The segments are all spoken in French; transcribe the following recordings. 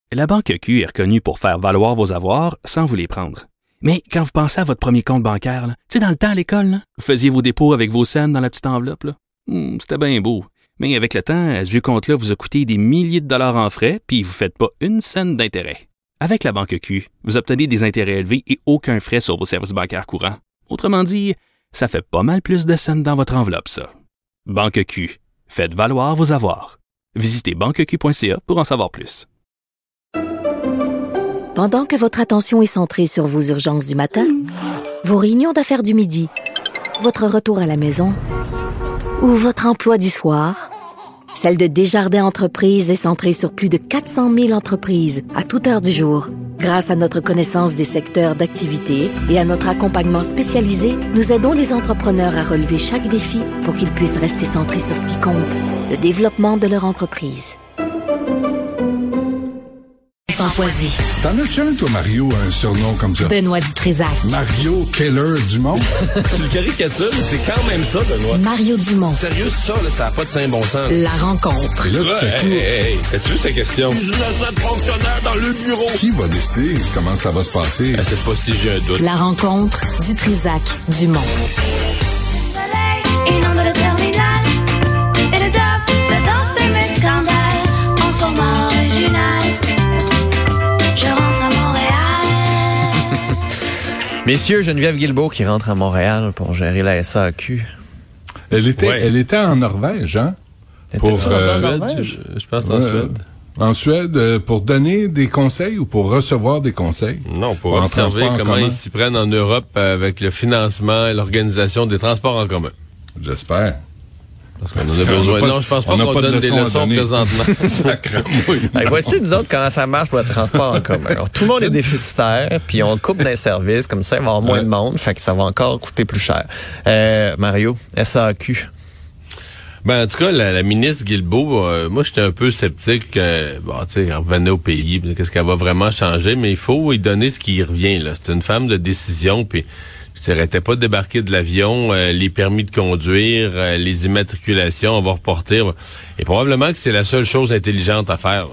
La Banque Q est reconnue pour faire valoir vos avoirs sans vous les prendre. Mais quand vous pensez à votre premier compte bancaire, tu sais, dans le temps à l'école, là, vous faisiez vos dépôts avec vos scènes dans la petite enveloppe. Là. C'était bien beau. Mais avec le temps, ce vieux compte-là vous a coûté des milliers de dollars en frais, puis vous ne faites pas une scène d'intérêt. Avec la Banque Q, vous obtenez des intérêts élevés et aucun frais sur vos services bancaires courants. Autrement dit, ça fait pas mal plus de scènes dans votre enveloppe, ça. Banque Q. Faites valoir vos avoirs. Visitez banqueq.ca pour en savoir plus. Pendant que votre attention est centrée sur vos urgences du matin, vos réunions d'affaires du midi, votre retour à la maison ou votre emploi du soir, celle de Desjardins Entreprises est centrée sur plus de 400 000 entreprises à toute heure du jour. Grâce à notre connaissance des secteurs d'activité et à notre accompagnement spécialisé, nous aidons les entrepreneurs à relever chaque défi pour qu'ils puissent rester centrés sur ce qui compte, le développement de leur entreprise. Fanfoisie. T'en as-tu un, toi, Mario, un surnom comme ça? Benoît Dutrisac. Mario Keller Dumont? Tu le caricatures, mais c'est quand même ça, Benoît. Mario Dumont. Sérieux, ça n'a pas de saint bon sens. La rencontre. Et là, t'as-tu vu sa question? Je suis un fonctionnaire dans le bureau. Qui va décider comment ça va se passer? Cette fois-ci, j'ai un doute. La rencontre Dutrisac Dumont. Soleil, inonde le terminal. Et le DAP fait danser mes scandales en format original. Je rentre à Montréal. Messieurs, Geneviève Guilbeault qui rentre à Montréal pour gérer la SAQ. Elle était en Norvège, hein? En Norvège? Je pense en Suède. En Suède, pour donner des conseils ou pour recevoir des conseils? Non, pour observer comment ils s'y prennent en Europe avec le financement et l'organisation des transports en commun. J'espère. Parce qu'on en a besoin. Non, je pense pas qu'on donne des leçons présentement. Voici, nous autres, comment ça marche pour le transport en commun. Alors, tout le monde est déficitaire, puis on coupe dans les services, comme ça, il va y avoir moins de monde, fait que ça va encore coûter plus cher. Mario, SAQ. Ben, en tout cas, la ministre Guilbeault, moi, j'étais un peu sceptique. Elle revenait au pays, qu'est-ce qu'elle va vraiment changer, mais il faut y donner ce qui y revient, là. C'est une femme de décision, puis elle n'arrêtait pas de débarquer de l'avion, les permis de conduire, les immatriculations, on va reporter. Et probablement que c'est la seule chose intelligente à faire,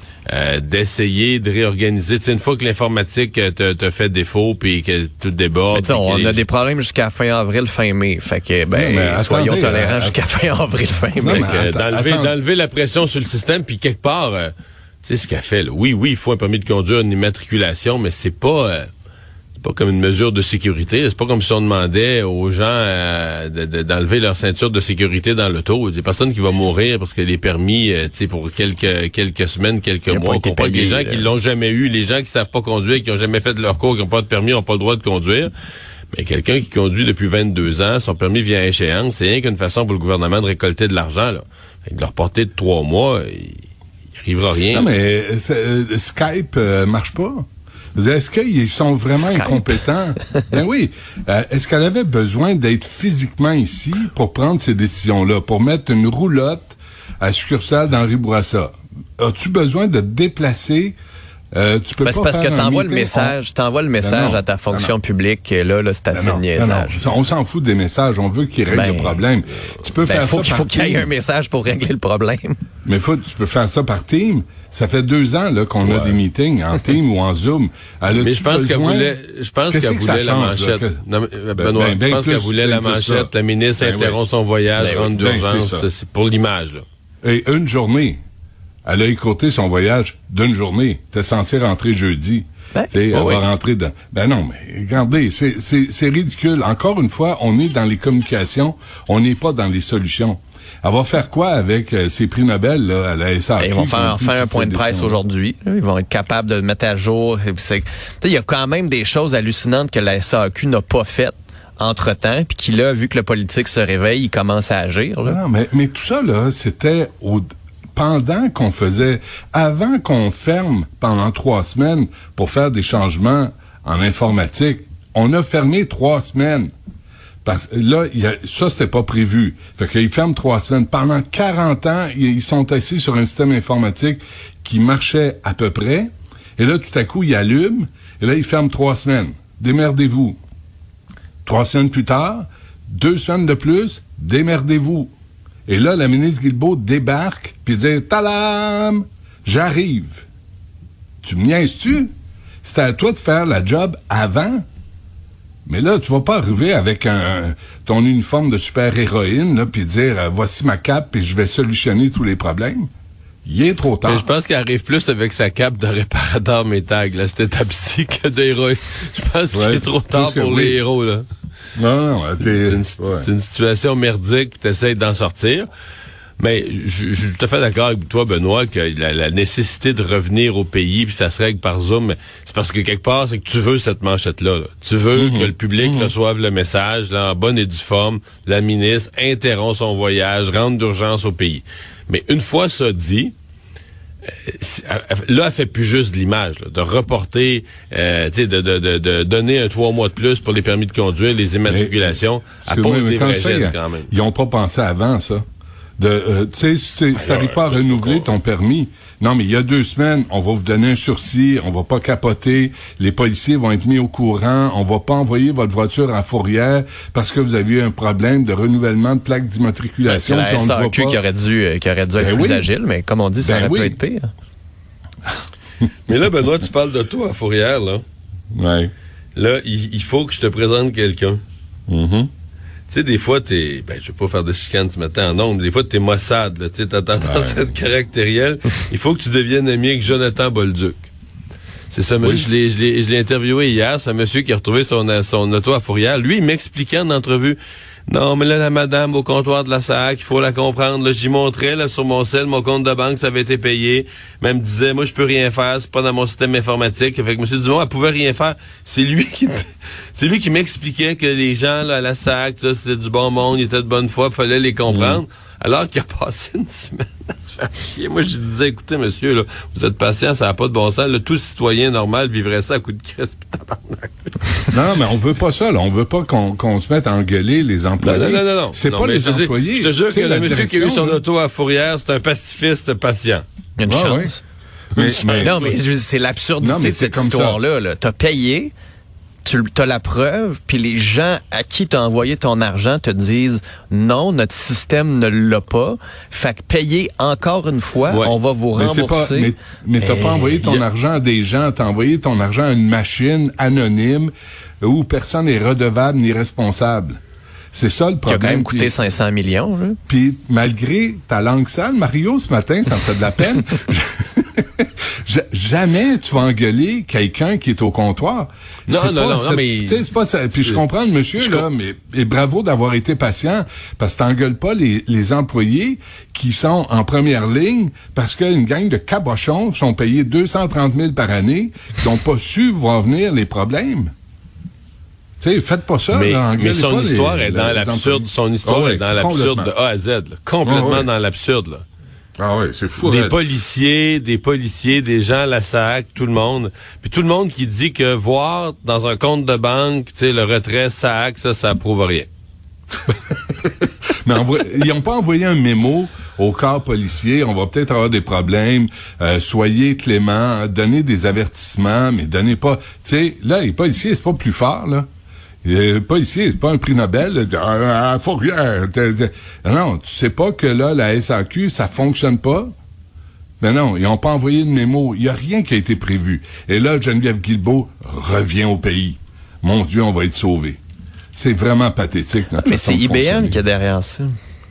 d'essayer de réorganiser. Tu sais, une fois que l'informatique te fait défaut puis que tout déborde. On a des problèmes jusqu'à fin avril, fin mai. Fait que, soyons tolérants jusqu'à fin avril, fin mai. D'enlever la pression sur le système, puis quelque part, tu sais ce qu'elle fait, là. Oui, il faut un permis de conduire, une immatriculation, mais c'est pas comme une mesure de sécurité. C'est pas comme si on demandait aux gens d'enlever leur ceinture de sécurité dans l'auto. Il y a personne qui va mourir parce que les permis, pour quelques semaines, quelques mois. On comprend que les gens qui l'ont jamais eu, les gens qui savent pas conduire, qui ont jamais fait de leur cours, qui n'ont pas de permis, n'ont pas le droit de conduire. Mais quelqu'un qui conduit depuis 22 ans, son permis vient à échéance, c'est rien qu'une façon pour le gouvernement de récolter de l'argent, là. Fait que de leur porter de 3 mois, il arrivera rien. Non, mais Skype marche pas. Est-ce qu'ils sont vraiment incompétents? Ben oui. Est-ce qu'elle avait besoin d'être physiquement ici pour prendre ces décisions-là, pour mettre une roulotte à succursale d'Henri Bourassa? As-tu besoin de te déplacer? Tu peux pas c'est parce faire que t'envoies le message à ta fonction publique, là, c'est assez niaisage. On s'en fout des messages, on veut qu'ils règlent le problème. Tu peux faire ça par faut qu'il y ait un message pour régler le problème. Mais tu peux faire ça par Team. Ça fait 2 ans là qu'on a des meetings en Team ou en Zoom. Mais je pense qu'elle voulait la manchette. Benoît, je pense qu'elle voulait la manchette. La ministre interrompt son voyage, rentre d'urgence. C'est pour l'image, là. Et une journée. Elle a écourté son voyage d'une journée. T'es censé rentrer jeudi. Elle va rentrer dans... Ben non, mais regardez, c'est ridicule. Encore une fois, on est dans les communications, on n'est pas dans les solutions. Elle va faire quoi avec ces prix Nobel là, à la SAQ? Ils vont faire un point de presse aujourd'hui. Ils vont être capables de mettre à jour. Il y a quand même des choses hallucinantes que la SAQ n'a pas faites entre-temps, puis qui là, vu que le politique se réveille, il commence à agir. Là. Non, mais tout ça, là, c'était pendant qu'on faisait, avant qu'on ferme pendant 3 semaines pour faire des changements en informatique, on a fermé 3 semaines. Parce que là, ça, c'était pas prévu. Fait qu'ils ferment 3 semaines. Pendant 40 ans, ils sont assis sur un système informatique qui marchait à peu près. Et là, tout à coup, ils allument. Et là, ils ferment 3 semaines. Démerdez-vous. 3 semaines plus tard, 2 semaines de plus, démerdez-vous. Et là, la ministre Guilbeault débarque puis dit « Talam! J'arrive! » Tu me niaises-tu? C'était à toi de faire la job avant. Mais là, tu vas pas arriver avec ton uniforme de super-héroïne, là, puis dire, voici ma cape, puis je vais solutionner tous les problèmes. Il est trop tard. Mais je pense qu'il arrive plus avec sa cape de réparateur métag, là, cette étape-ci, que d'héroïne. Je pense qu'il est trop tard pour les héros, là. Non, c'est une situation merdique, puis t'essayes d'en sortir. Mais je suis tout à fait d'accord avec toi, Benoît, que la nécessité de revenir au pays, puis ça se règle par Zoom, c'est parce que quelque part, c'est que tu veux cette manchette-là. Là. Tu veux que le public reçoive le message, là, en bonne et due forme, la ministre interrompt son voyage, rentre d'urgence au pays. Mais une fois ça dit, là, elle fait plus juste de l'image, là, de reporter, de donner un 3 mois de plus pour les permis de conduire, les immatriculations. Elle pose des vrais gestes, quand même. Ils n'ont pas pensé avant, ça. Tu sais, si t'arrives pas à renouveler ton permis, non, mais il y a 2 semaines, on va vous donner un sursis, on va pas capoter, les policiers vont être mis au courant, on va pas envoyer votre voiture en fourrière parce que vous avez eu un problème de renouvellement de plaque d'immatriculation. C'est la SAQ qui aurait dû être plus agile, mais comme on dit, ça aurait pu être pire. Mais là, Benoît, tu parles de toi à fourrière, là. Ouais. Là, il faut que je te présente quelqu'un. Tu sais, des fois, je vais pas faire de chicane ce matin en ondes, des fois, t'es maussade, là, tu sais, t'as tendance à être caractériel. Il faut que tu deviennes ami avec Jonathan Bolduc. C'est ça, je l'ai interviewé hier, c'est un monsieur qui a retrouvé son auto à fourrière. Lui, il m'expliquait en entrevue, non, mais là, la madame au comptoir de la SAC, il faut la comprendre, là, j'y montrais, là, sur mon cell, mon compte de banque, ça avait été payé. Mais elle me disait, moi, je peux rien faire, c'est pas dans mon système informatique. Fait que M. Dumont, elle pouvait rien faire. C'est lui qui m'expliquait que les gens, là, à la SAC, ça, c'était du bon monde, ils étaient de bonne foi, il fallait les comprendre. Alors qu'il a passé une semaine à se faire chier. Moi, je disais, écoutez, monsieur, là, vous êtes patient, ça n'a pas de bon sens. Là, tout citoyen normal vivrait ça à coup de crête. Non, mais on veut pas ça, là. On veut pas qu'on se mette à engueuler les employés. Non. C'est pas les employés. Je te jure que le monsieur qui a eu son là. auto à fourrière, c'est un pacifiste patient. Il y a une chance. Mais c'est l'absurdité de cette histoire-là. Là. T'as payé, t'as la preuve, puis les gens à qui t'as envoyé ton argent te disent non, notre système ne l'a pas. Fait que payer encore une fois, on va vous rembourser. Mais t'as pas envoyé ton argent à des gens, t'as envoyé ton argent à une machine anonyme où personne n'est redevable ni responsable. C'est ça le problème. Qui a quand même coûté 500 millions. Là. Puis malgré ta langue sale, Mario, ce matin, ça me fait de la peine. Jamais tu vas engueuler quelqu'un qui est au comptoir. Non, mais... Tu sais, c'est pas ça. Puis je comprends le monsieur, mais bravo d'avoir été patient, parce que t'engueules pas les employés qui sont en première ligne, parce qu'une gang de cabochons sont payés 230 000 par année, qui n'ont pas su voir venir les problèmes. Tu sais, faites pas ça. Mais son histoire est dans l'absurde. Son histoire est dans l'absurde de A à Z. Là. Complètement dans l'absurde, là. Ah oui, c'est fou. Des policiers, des gens à la SAC, tout le monde. Puis tout le monde qui dit que voir dans un compte de banque, tu sais, le retrait SAC, ça prouve rien. Mais ils n'ont pas envoyé un mémo au corps policier. On va peut-être avoir des problèmes. Soyez cléments, donnez des avertissements, mais donnez pas... Tu sais, là, les policiers, c'est pas plus fort, là. Pas ici, c'est pas un prix Nobel. Fourrière. Non, tu sais pas que là, la SAQ, ça fonctionne pas? Mais non, ils ont pas envoyé de mémo. Il y a rien qui a été prévu. Et là, Geneviève Guilbeault revient au pays. Mon Dieu, on va être sauvés. C'est vraiment pathétique. Mais c'est IBM qui est derrière ça.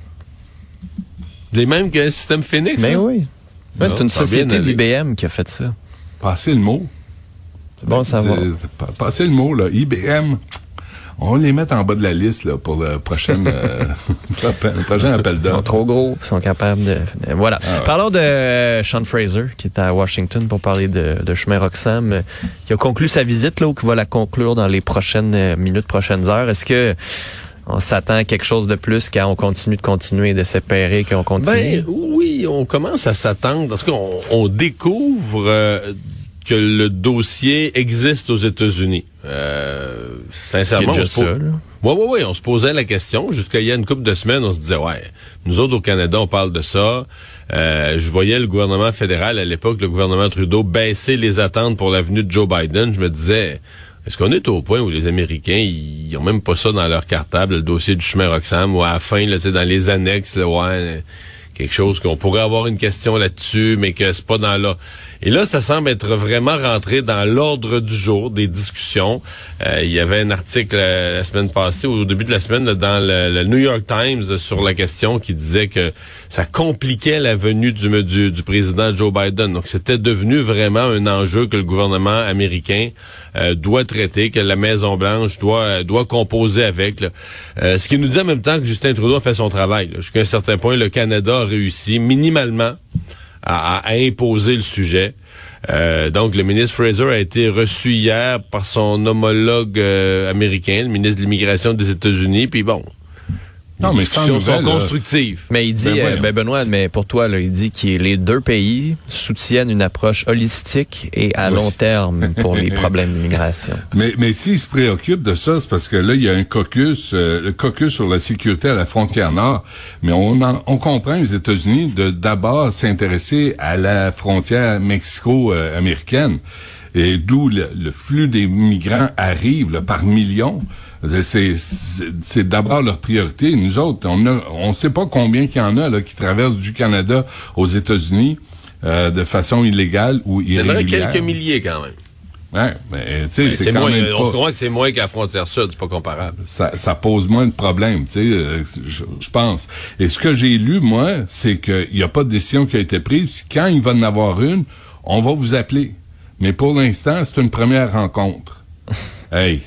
Les mêmes que le système Phoenix. Mais oui. Ouais, c'est une société d'IBM qui a fait ça. Passez le mot. C'est bon à savoir. Passez le mot, là. IBM... On va les mettre en bas de la liste là, pour le prochain appel d'offres. Ils sont trop gros, ils sont capables de... Voilà. Parlons de Sean Fraser, qui est à Washington pour parler de chemin Roxham. Il a conclu sa visite, là, ou qui va la conclure dans les prochaines minutes, prochaines heures. Est-ce que on s'attend à quelque chose de plus quand on continue de s'espérer qu'on continue? Ben oui, on commence à s'attendre. Parce qu'on découvre... que le dossier existe aux États-Unis. Sincèrement, on se posait la question. Jusqu'à il y a une couple de semaines, on se disait, nous autres au Canada, on parle de ça. Je voyais le gouvernement fédéral à l'époque, le gouvernement Trudeau, baisser les attentes pour la venue de Joe Biden. Je me disais, est-ce qu'on est au point où les Américains, ils ont même pas ça dans leur cartable, le dossier du chemin Roxham, ou à la fin, là, dans les annexes, là, quelque chose qu'on pourrait avoir une question là-dessus, mais que c'est pas dans là. Et là, ça semble être vraiment rentré dans l'ordre du jour des discussions. Il y avait un article la semaine passée, au début de la semaine, là, dans le New York Times sur la question qui disait que ça compliquait la venue du président Joe Biden. Donc, c'était devenu vraiment un enjeu que le gouvernement américain doit traiter, que la Maison-Blanche doit composer avec. Ce qui nous dit en même temps que Justin Trudeau a fait son travail. Là. Jusqu'à un certain point, le Canada a réussi minimalement à imposer le sujet. Donc, le ministre Fraser a été reçu hier par son homologue américain, le ministre de l'Immigration des États-Unis, puis bon... Non, mais les discussions sont constructives. Mais il dit, Benoît, mais pour toi, là, il dit que les deux pays soutiennent une approche holistique et à long terme pour les problèmes d'immigration. Mais s'il se préoccupe de ça, c'est parce que là, il y a un caucus, le caucus sur la sécurité à la frontière nord. Mais on comprend les États-Unis de d'abord s'intéresser à la frontière mexico-américaine. Et d'où le flux des migrants arrive là, par millions. C'est d'abord leur priorité. Nous autres, on sait pas combien qu'il y en a là qui traversent du Canada aux États-Unis de façon illégale ou irrégulière. Il y en a quelques milliers quand même. Ouais, mais tu sais, c'est quand moins, même pas... On se comprend que c'est moins qu'à la frontière sud, c'est pas comparable. Ça pose moins de problèmes, tu sais, je pense. Et ce que j'ai lu, moi, c'est qu'il y a pas de décision qui a été prise. Quand il va en avoir une, on va vous appeler. Mais pour l'instant, c'est une première rencontre. Hey!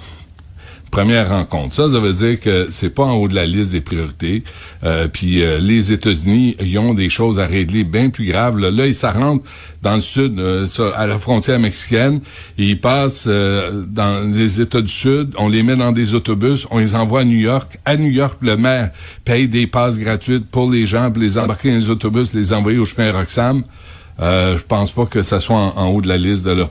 Première rencontre. Ça veut dire que c'est pas en haut de la liste des priorités. Puis les États-Unis, ils ont des choses à régler bien plus graves. Là, ils s'arrêtent dans le sud, à la frontière mexicaine. Et ils passent dans les États du Sud. On les met dans des autobus. On les envoie à New York. À New York, le maire paye des passes gratuites pour les gens, pour les embarquer dans les autobus, les envoyer au chemin Roxham. Je pense pas que ça soit en haut de la liste de leur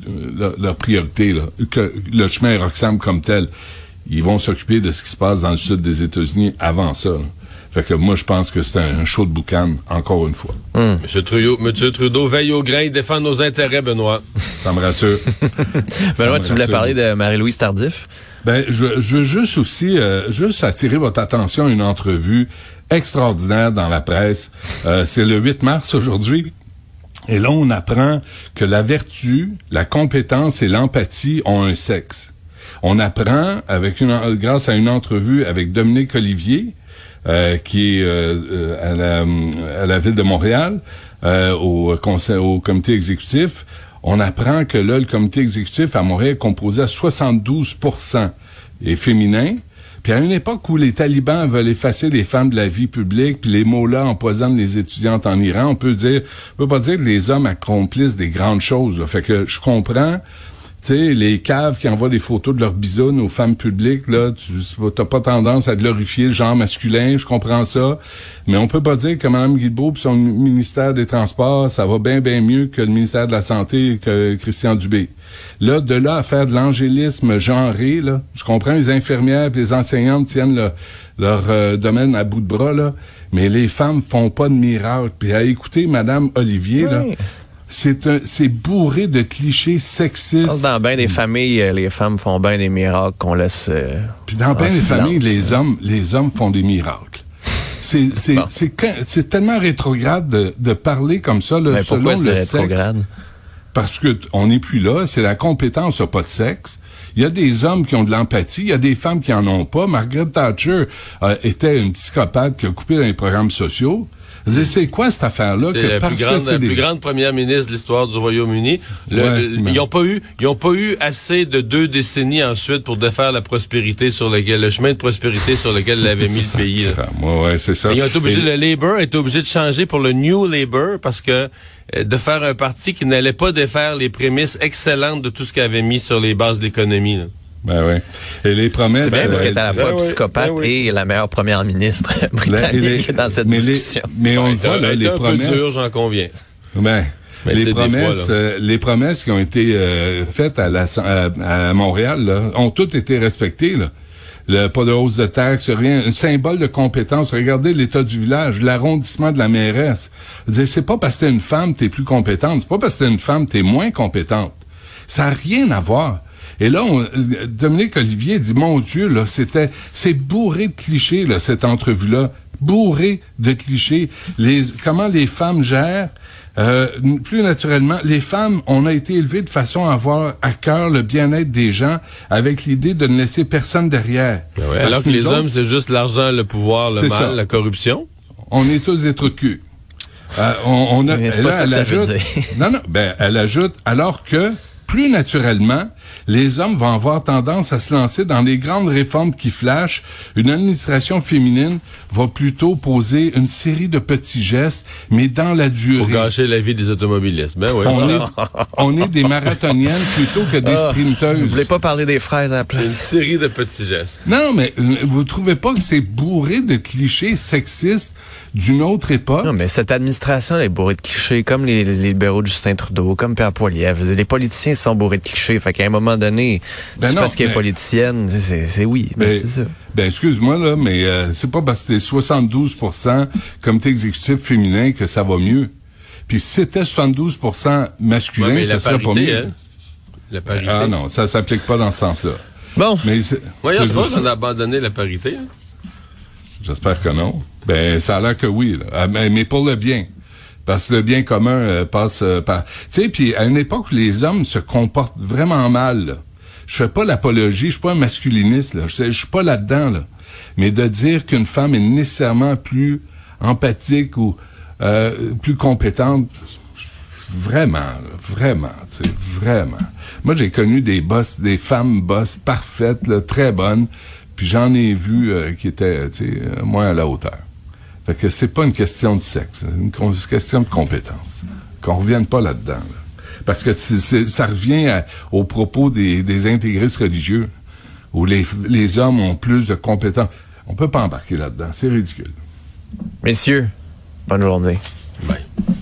priorité, là. Que le chemin Roxham comme tel. Ils vont s'occuper de ce qui se passe dans le sud des États-Unis avant ça, là. Fait que moi, je pense que c'est un show de boucan, encore une fois. Monsieur Trudeau veille au grain, défend nos intérêts, Benoît. Ça me rassure. Benoît, tu voulais parler de Marie-Louise Tardif? Ben, je veux juste aussi, juste attirer votre attention à une entrevue extraordinaire dans la presse. C'est le 8 mars aujourd'hui. Et là, on apprend que la vertu, la compétence et l'empathie ont un sexe. On apprend grâce à une entrevue avec Dominique Olivier, qui est à la ville de Montréal, au comité exécutif. On apprend que là, le comité exécutif à Montréal est composé à 72% est féminin. Puis à une époque où les talibans veulent effacer les femmes de la vie publique, puis les mots-là empoisonnent les étudiantes en Iran, on peut pas dire que les hommes accomplissent des grandes choses, là. Fait que je comprends, tu sais, les caves qui envoient des photos de leurs bisounes aux femmes publiques, là, t'as pas tendance à glorifier le genre masculin, je comprends ça, mais on peut pas dire que Mme Guilbeault pis son ministère des Transports, ça va bien mieux que le ministère de la Santé que Christian Dubé. Là, de là à faire de l'angélisme genré, là, je comprends les infirmières et les enseignantes tiennent leur domaine à bout de bras, là, mais les femmes font pas de miracle. Puis à écouter Mme Olivier, là, c'est bourré de clichés sexistes. Dans bien des familles, les femmes font bien des miracles qu'on laisse. Puis dans bien des familles, les hommes font des miracles. C'est tellement rétrograde de parler comme ça, là, selon le sexe. Parce que on n'est plus là, c'est la compétence, pas de sexe. Il y a des hommes qui ont de l'empathie, il y a des femmes qui en ont pas. Margaret Thatcher était une psychopathe qui a coupé dans les programmes sociaux. C'est quoi cette affaire-là? C'est la plus grande première ministre de l'histoire du Royaume-Uni. Ils n'ont pas eu assez de 2 décennies ensuite pour défaire la prospérité le chemin de prospérité sur lequel elle avait mis le pays. Ouais, c'est ça. Le Labour a été obligé de changer pour le New Labour parce que de faire un parti qui n'allait pas défaire les prémices excellentes de tout ce qu'il avait mis sur les bases de l'économie, là. Ben oui. Et les promesses... C'est bien parce qu'elle est à la fois psychopathe et la meilleure première ministre britannique dans cette discussion. Mais on le voit, là, les promesses... un peu dur, j'en conviens. Ben, les promesses qui ont été faites à Montréal, là, ont toutes été respectées, là. Pas de hausse de taxes, rien. Un symbole de compétence. Regardez l'état du village, l'arrondissement de la mairesse. C'est pas parce que t'es une femme, t'es plus compétente. C'est pas parce que t'es une femme, t'es moins compétente. Ça n'a rien à voir. Et là, Dominique Olivier dit, mon Dieu, là, c'est bourré de clichés, là, cette entrevue-là. bourré de clichés. Comment les femmes gèrent. Plus naturellement, les femmes, on a été élevées de façon à avoir à cœur le bien-être des gens avec l'idée de ne laisser personne derrière. Ben ouais, alors que les hommes, c'est juste l'argent, le pouvoir, le mal, la corruption. On est tous des trous de cul. Elle ajoute, alors que, plus naturellement, les hommes vont avoir tendance à se lancer dans les grandes réformes qui flashent. Une administration féminine va plutôt poser une série de petits gestes, mais dans la durée. Pour gâcher la vie des automobilistes. Ben oui. On est des marathoniennes plutôt que des sprinteuses. Vous voulez pas parler des fraises à la place? Une série de petits gestes. Non, mais vous trouvez pas que c'est bourré de clichés sexistes d'une autre époque? Non, mais cette administration elle est bourrée de clichés, comme les libéraux de Justin Trudeau, comme Pierre Poilievre. Les politiciens sont bourrés de clichés. Fait qu'à un moment donné, parce qu'elle est politicienne, c'est oui. C'est ça. Ben, excuse-moi, là, mais c'est pas parce que t'es 72% comité exécutif féminin que ça va mieux. Puis si c'était 72% masculin, ça serait pas mieux. Hein? La parité. Ah non, ça s'applique pas dans ce sens-là. Bon. Mais voyons, je pense qu'on a abandonné la parité. Hein? J'espère que non. Ben, ça a l'air que oui, là. Mais pour le bien. Parce que le bien commun passe par... Tu sais, puis à une époque où les hommes se comportent vraiment mal, là, je fais pas l'apologie, je suis pas un masculiniste, là, je suis pas là-dedans, là. Mais de dire qu'une femme est nécessairement plus empathique ou plus compétente, vraiment, tu sais, vraiment. Moi, j'ai connu des femmes boss parfaites, là, très bonnes, puis j'en ai vu qui étaient, tu sais, moins à la hauteur. Fait que c'est pas une question de sexe, c'est une question de compétence. Qu'on revienne pas là-dedans, là. Parce que ça revient aux propos des intégristes religieux, où les hommes ont plus de compétences. On peut pas embarquer là-dedans, c'est ridicule. Messieurs, bonne journée. Bye.